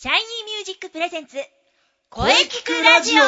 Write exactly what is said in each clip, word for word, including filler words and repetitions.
シャイニーミュージックプレゼンツ声聞くラジオ。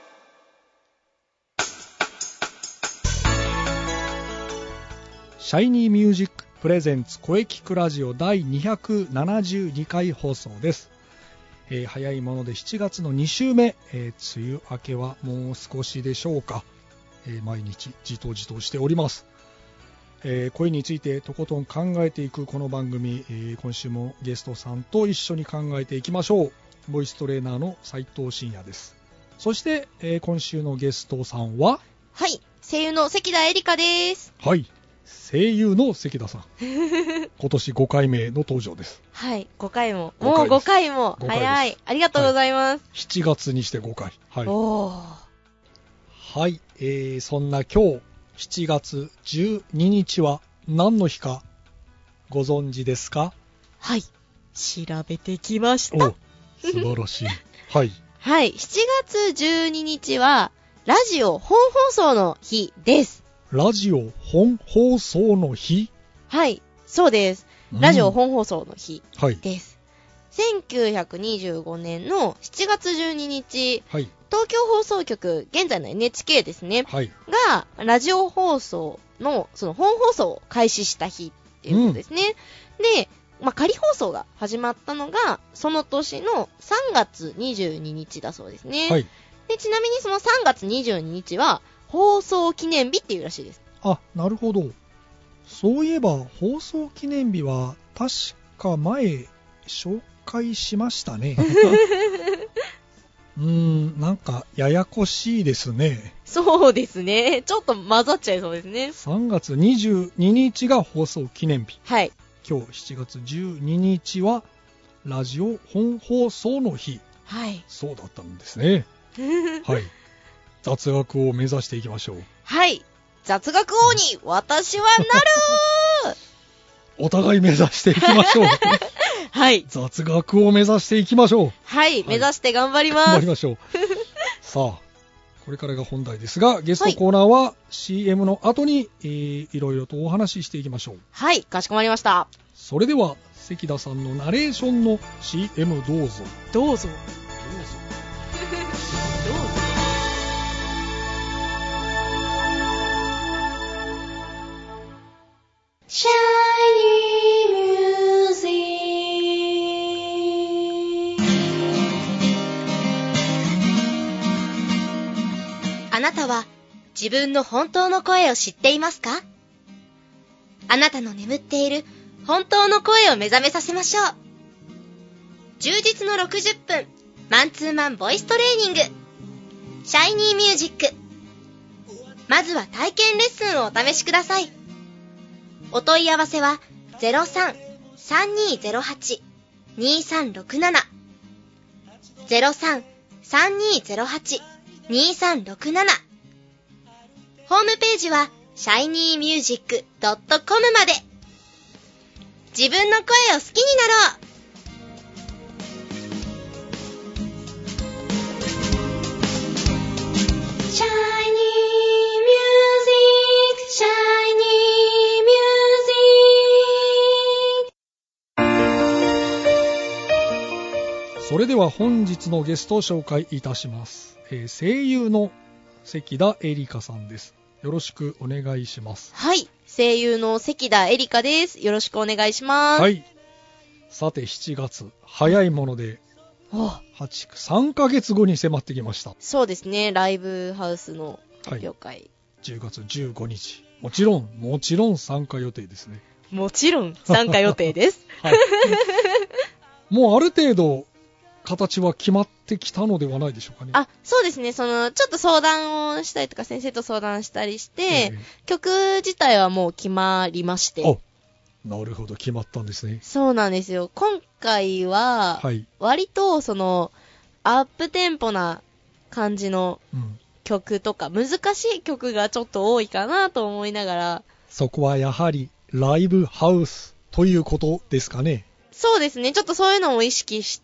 シャイニーミュージックプレゼンツ声聞くラジオだいにひゃくななじゅうにかい放送です。えー、早いものでしちがつのに週目、えー、梅雨明けはもう少しでしょうか。えー、毎日じとじとしております。えー、声についてとことん考えていくこの番組、えー、今週もゲストさんと一緒に考えていきましょう。ボイストレーナーの斉藤真也です。そして、えー、今週のゲストさんは、 はい、声優の関田絵里香です。 はい、声優の関田さん今年ごかいめの登場です。 はい、ごかいももうごかいも早い、ありがとうございます、はい、 しちがつにしてごかい、はい、 おはい、えー、そんな今日しちがつじゅうににちは何の日かご存知ですか？ はい、調べてきました。 お、素晴らしいはいはい、しちがつじゅうににちはラジオ本放送の日です。 ラジオ本放送の日？ はい、そうです、うん、ラジオ本放送の日です、はい、せんきゅうひゃくにじゅうごねんのしちがつじゅうににち、はい、東京放送局、現在の エヌエイチケー ですね、はい、がラジオ放送のその本放送を開始した日っていうことですね、うん、で、まあ、仮放送が始まったのがその年のさんがつにじゅうににちだそうですね、はい、でちなみにそのさんがつにじゅうににちは放送記念日っていうらしいです。 あ、なるほど。そういえば放送記念日は確か前紹介しましたねうーん、なんかややこしいですね。 そうですね、ちょっと混ざっちゃいそうですね。 さんがつにじゅうににちが放送記念日、 はい、 今日しちがつじゅうににちはラジオ本放送の日、 はい、 そうだったんですねはい、雑学を目指していきましょう。 はい、雑学王に私はなるお互い目指していきましょうはい、 雑学を目指していきましょう。 はい、はい、目指して頑張ります。 頑張りましょうさあ、これからが本題ですが、ゲストコーナーは シーエム の後に、えー、いろいろとお話ししていきましょう。 はい、かしこまりました。 それでは関田さんのナレーションの シーエム どうぞどうぞどうぞシャイニーミュージック。あなたは自分の本当の声を知っていますか？あなたの眠っている本当の声を目覚めさせましょう。充実のろくじゅっぷんマンツーマンボイストレーニング、シャイニーミュージック。まずは体験レッスンをお試しください。お問い合わせは ゼロさん さんにーゼロはち にーさんろくなな ゼロさん さんにーゼロはち にーさんろくなな。 ホームページは シャイニーミュージックドットコム まで。自分の声を好きになろう。シャイニーミュージック、シャイニーそれでは本日のゲストを紹介いたします、えー、声優の関田絵里香さんです。よろしくお願いします。 はい、声優の関田絵里香です。よろしくお願いします。 はい、さてしちがつ早いものではちさんかげつごに迫ってきました。 そうですね、ライブハウスの発表会、はい、 じゅうがつじゅうごにち、もちろんもちろん参加予定ですね。 もちろん参加予定です、はい、 もうある程度形は決まってきたのではないでしょうかね。 あ、そうですね、そのちょっと相談をしたりとか先生と相談したりして、えー、曲自体はもう決まりまして。 あ、なるほど、決まったんですね。 そうなんですよ。今回は割とそのアップテンポな感じの曲とか、うん、難しい曲がちょっと多いかなと思いながら。 そこはやはりライブハウスということですかね。 そうですね、ちょっとそういうのも意識して、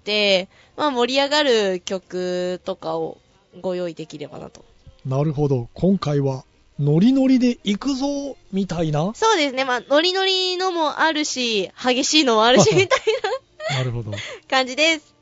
まあ、盛り上がる曲とかをご用意できればなと。 なるほど、今回はノリノリで行くぞみたいな。 そうですね、まあノリノリのもあるし激しいのもあるしみたいななるほど感じです。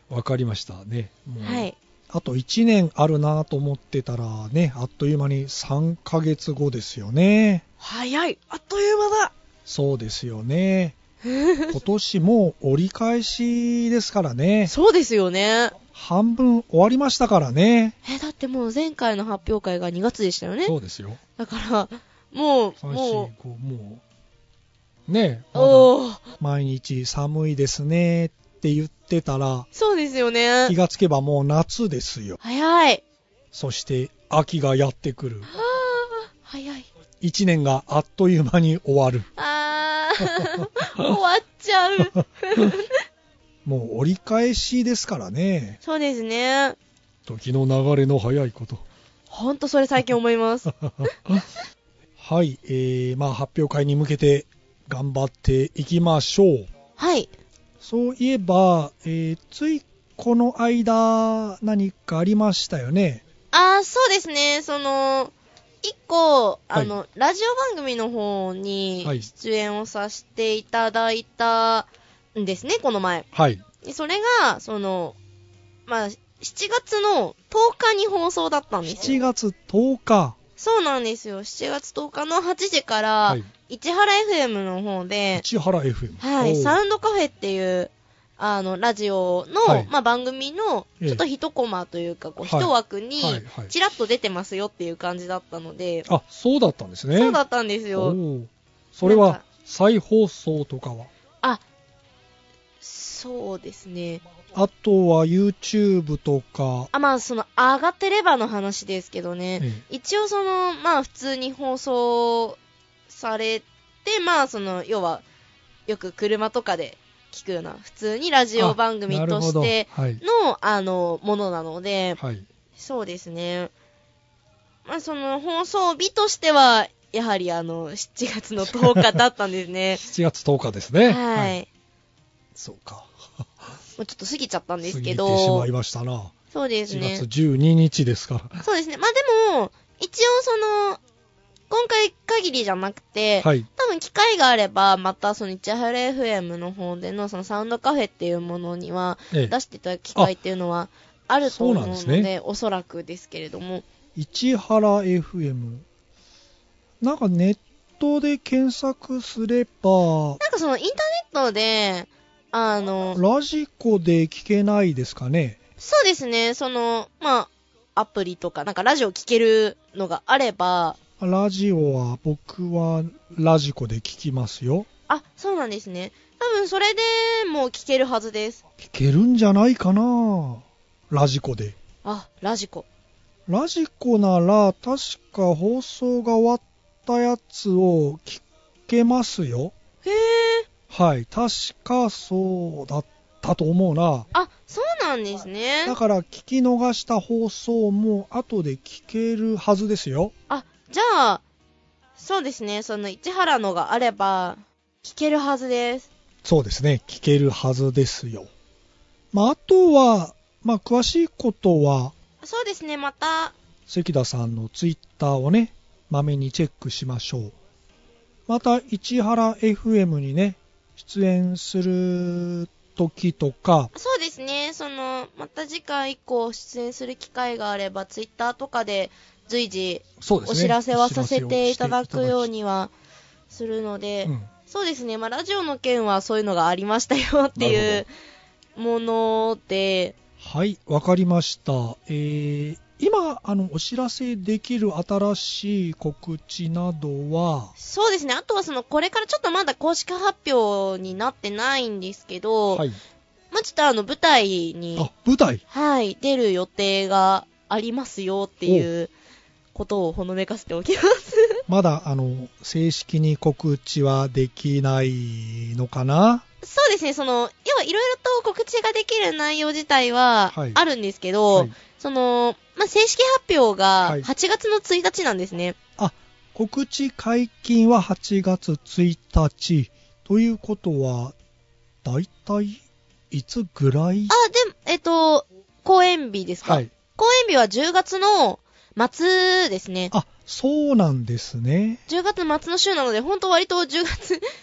わかりましたね。もうはい。 あといちねんあるなと思ってたらね、あっという間にさんかげつごですよね。 早い。あっという間だ。 そうですよね。今年もう折り返しですからね。 そうですよね。 半分終わりましたからね。 え、だってもう前回の発表会がにがつでしたよね。 そうですよ。 だから、もう、 さん、 もよん、ご、もう、ね、 う、 まだおー、 毎日寒いですねって言ってたら、 そうですよね。 気がつけばもう夏ですよ。 早い。 そして秋がやってくる。 はあ、早い。 一年があっという間に終わる。 あー、終わっちゃう。 もう折り返しですからね。 そうですね。 時の流れの早いこと。 ほんとそれ最近思います。 はい、えー、まあ発表会に向けて頑張っていきましょう。 はい。 そういえば、えー、ついこの間何かありましたよね。 あー、そうですね。その、一個、あの、 はラジオ番組の方にはい出演をさせていただいたんですね、この前。 はい。 でそれが、その、まあ、しちがつのとおかに放送だったんですよ。 しちがつとおか。 そうなんですよ。しちがつとおかのはちじから、 はい。 市原 エフエム の方で、 市原 エフエム。 はい、 おーサウンドカフェっていう、あの、ラジオの、 はいまあ、番組の、 ええちょっと一コマというか、こう、 はい一枠にはい、はいチラッと出てますよっていう感じだったので、 あ、そうだったんですね。 そうだったんですおよ。 ーそれはなんか再放送とかは、 あ、そうですね。 あとは YouTube とか、 あ、まあ、その、上がってればの話ですけどね。 え一応その、まあ、普通に放送されて、まあ、その、要は、よく車とかで聞くような、普通にラジオ番組としてあなるの、あの、ものなので、 ほどはい。はい。 そうですね。まあ、その、放送日としては、やはりあの、しちがつのとおかだったんですね。 しちがつとおかですね。 はい。 そうか。 もうちょっと過ぎちゃったんです過ぎけてしまどい、ましたな。 そうですしちがつね。 じゅうににちですから。 そうですね。まあでも、一応その、今回限りじゃなくて、 はい。 多分機会があれば、またその市原 エフエム の方でのそのサウンドカフェっていうものには、 ええ出していただく機会っていうのはあると思うので、 そうなんですねおそらくですけれども。 市原 エフエム。なんかネットで検索すれば、 なんかそのインターネットで、あの、 ラジコで聞けないですかね。 そうですね、その、まあ、アプリとか、なんかラジオ聞けるのがあれば、 ラジオは僕はラジコで聞きますよ。 あ、そうなんですね。多分それでもう聞けるはずです。 聞けるんじゃないかな。ラジコで。 あ、ラジコ。 ラジコなら確か放送が終わったやつを聞けますよ。 へー。 はい、確かそうだったと思うな。 あ、そうなんですね。 だから聞き逃した放送も後で聞けるはずですよ。 あ、じゃあ、そうですね、その市原のがあれば、聞けるはずです。 そうですね、聞けるはずですよ。まあ、あとは、まあ、詳しいことは、 そうですね、また、 関田さんのツイッターをね、まめにチェックしましょう。また、市原 エフエム にね、出演する時とか、 そうですね、その、また次回以降出演する機会があれば、ツイッターとかで随時そうですね、 お知らせはさせていただくように。 にはするので、 うん、 そうですね、まあ、ラジオの件はそういうのがありましたよっていうもので、 はい、わかりました。えー、今、あの、お知らせできる新しい告知などは、 そうですね、あとはその、これからちょっとまだ公式発表になってないんですけど、 はい。 まあ、ちょっとあの、舞台にあ、、舞台。 はい、出る予定がありますよっていうことをほのめかせておきます。 まだ、あの、正式に告知はできないのかな？ そうですね、その、要はいろいろと告知ができる内容自体ははいあるんですけど、 はいその、まあ、正式発表がはいはちがつのついたちなんですね。 あ、告知解禁ははちがつついたちということは、だいたいいつぐらい？ あ、で、えっと、公演日ですか？ はい。 公演日はじゅうがつの末ですね。 あ、そうなんですね。 じゅうがつ末の週なので、本当割とじゅうがつ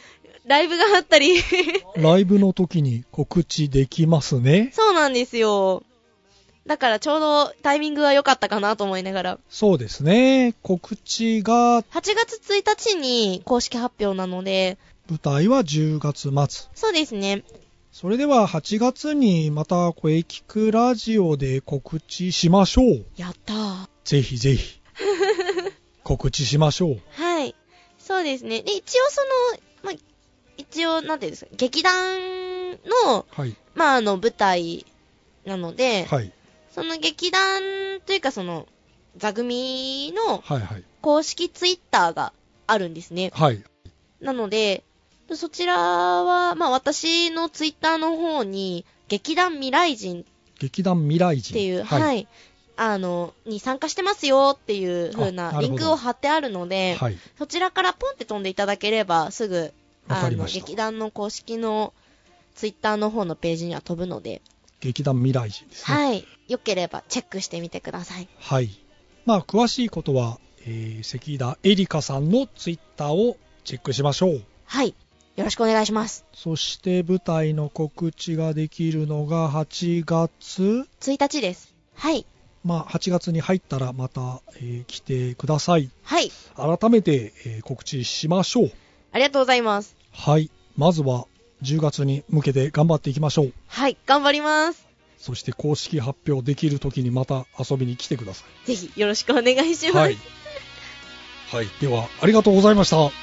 ライブがあったりライブの時に告知できますね。 そうなんですよ。だからちょうどタイミングは良かったかなと思いながら。 そうですね。告知がはちがつついたちに公式発表なので、 舞台はじゅうがつまつ。 そうですね。 それでははちがつにまた声聞くラジオで告知しましょう。 やったー。 ぜひぜひ告知しましょう。 はい。そうですね。で、一応その、まあ、一応、なんていうんですか、劇団の、 はい。 まあ、あの、舞台なので、 はい。 その劇団というかその、座組のはいはい。 公式ツイッターがあるんですね。 はい。 なので、そちらは、まあ私のツイッターの方に、劇団未来人劇団未来人っていう、はい、はい、あの、に参加してますよっていう風なリンクを貼ってあるので、はい、そちらからポンって飛んでいただければ、すぐ、あの、劇団の公式のツイッターの方のページには飛ぶので、 劇団未来人ですね。 はい。よければチェックしてみてください。 はい。まあ、詳しいことは、えー、関田絵里香さんのツイッターをチェックしましょう。 はい。よろしくお願いします。 そして舞台の告知ができるのがはちがつついたちです。はい。 まあ、はちがつに入ったらまた、えー、来てください。 はい。 改めて、えー、告知しましょう。 ありがとうございます。 はい。まずはじゅうがつに向けて頑張っていきましょう。 はい。頑張ります。 そして公式発表できる時にまた遊びに来てください。 ぜひよろしくお願いします。 はい。はい。では、ありがとうございました。 はい。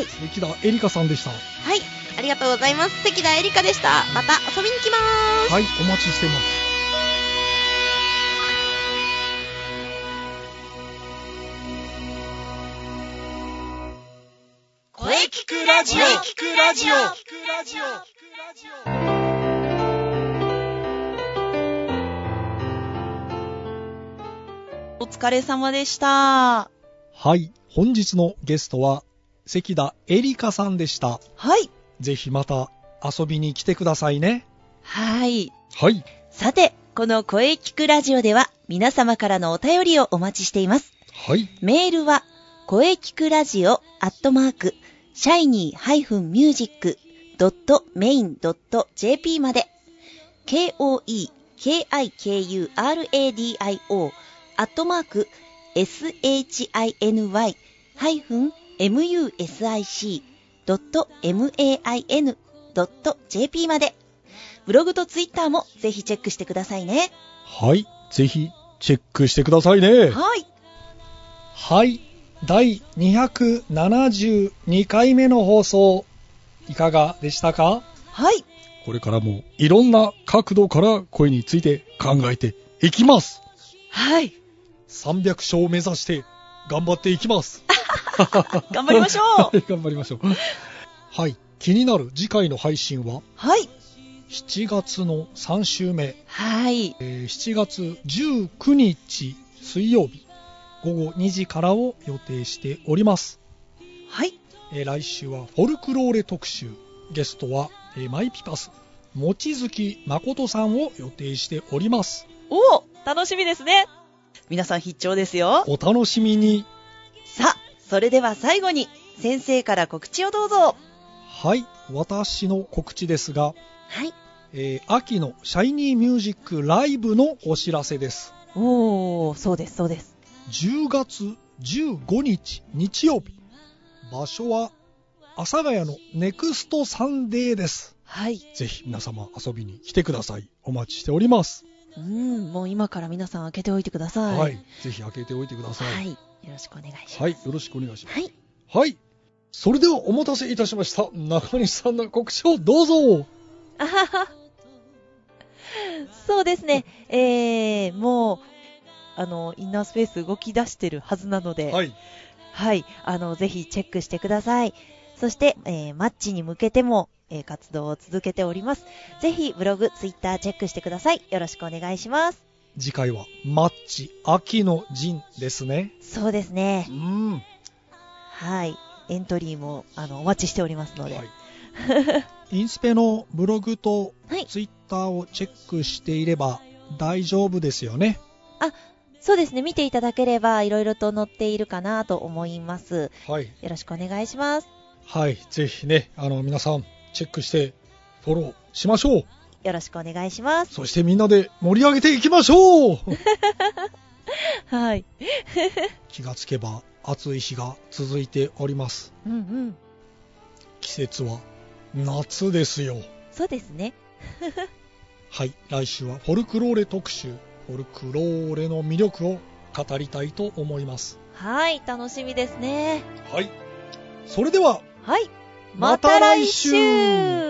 関田絵里香さんでした。 はい。ありがとうございます。関田絵里香でした。また遊びに来まーす。 はい。お待ちしています。 声聞くラジオ。声聞くラジオ。 お疲れ様でした。 はい。本日のゲストは関田絵里香さんでした。 はい。 ぜひまた遊びに来てくださいね。 はい。 はい。 さて、この声聞くラジオでは皆様からのお便りをお待ちしています。 はい。 メールは声聞くラジオアットマークシャイニー ミュージック ドット メイン ドット ジェーピー まで ケーオーイーケーアイケーユーアールエーディーアイオー アットマーク シャイニー ミュージック ドット メイン ドット ジェーピー までブログとツイッターもぜひチェックしてくださいね。 はい。ぜひチェックしてくださいね。 はい。 はい。だいにひゃくななじゅうにかいめの放送いかがでしたか？ はい。 これからもいろんな角度から声について考えていきます。 はい。 さんびゃくしょうを目指して頑張っていきます。 頑張りましょう。 はい、頑張りましょう。はい。気になる次回の配信は、 はい。 しちがつのさん週目。 はい。 えー、しちがつじゅうくにち水曜日。ごごにじからを予定しております。 はい、 えー、来週はフォルクローレ特集。ゲストは、えー、マイピパス望月誠さんを予定しております。 おお、楽しみですね。皆さん必聴ですよ。 お楽しみに。 さあ、それでは最後に先生から告知をどうぞ。 はい、私の告知ですが、 はい、 えー、秋のシャイニーミュージックライブのお知らせです。 おー、そうですそうです。 じゅうがつじゅうごにち日曜日。場所は阿佐ヶ谷のネクストサンデーです。 はい。 ぜひ皆様遊びに来てください。お待ちしております。 うん、もう今から皆さん開けておいてください。 はい。ぜひ開けておいてください。 はい。よろしくお願いします。 はい。よろしくお願いします。 はい。 はい。それではお待たせいたしました。中西さんの告知をどうぞ。 あはは。そうですね。えー、もう、あの、インナースペース動き出してるはずなので、 はい。 はい。あの、ぜひチェックしてください。そして、えー、マッチに向けても、えー、活動を続けております。ぜひ、ブログ、ツイッターチェックしてください。よろしくお願いします。 次回は、マッチ、秋の陣ですね。 そうですね。 うん。 はい。エントリーも、あの、お待ちしておりますので。はい。 インスペのブログとはい、 ツイッターをチェックしていれば大丈夫ですよね。 あ、そうですね。見ていただければいろいろと載っているかなと思います。 はい。 よろしくお願いします。 はい、ぜひね、あの皆さんチェックしてフォローしましょう。 よろしくお願いします。 そしてみんなで盛り上げていきましょうはい。 気がつけば暑い日が続いております。 うんうん。 季節は夏ですよ。 そうですね。 はい、来週はフォルクローレ特集、フォルクローレの魅力を語りたいと思います。 はい、楽しみですね。 はい、それでは、 はい、 また来週。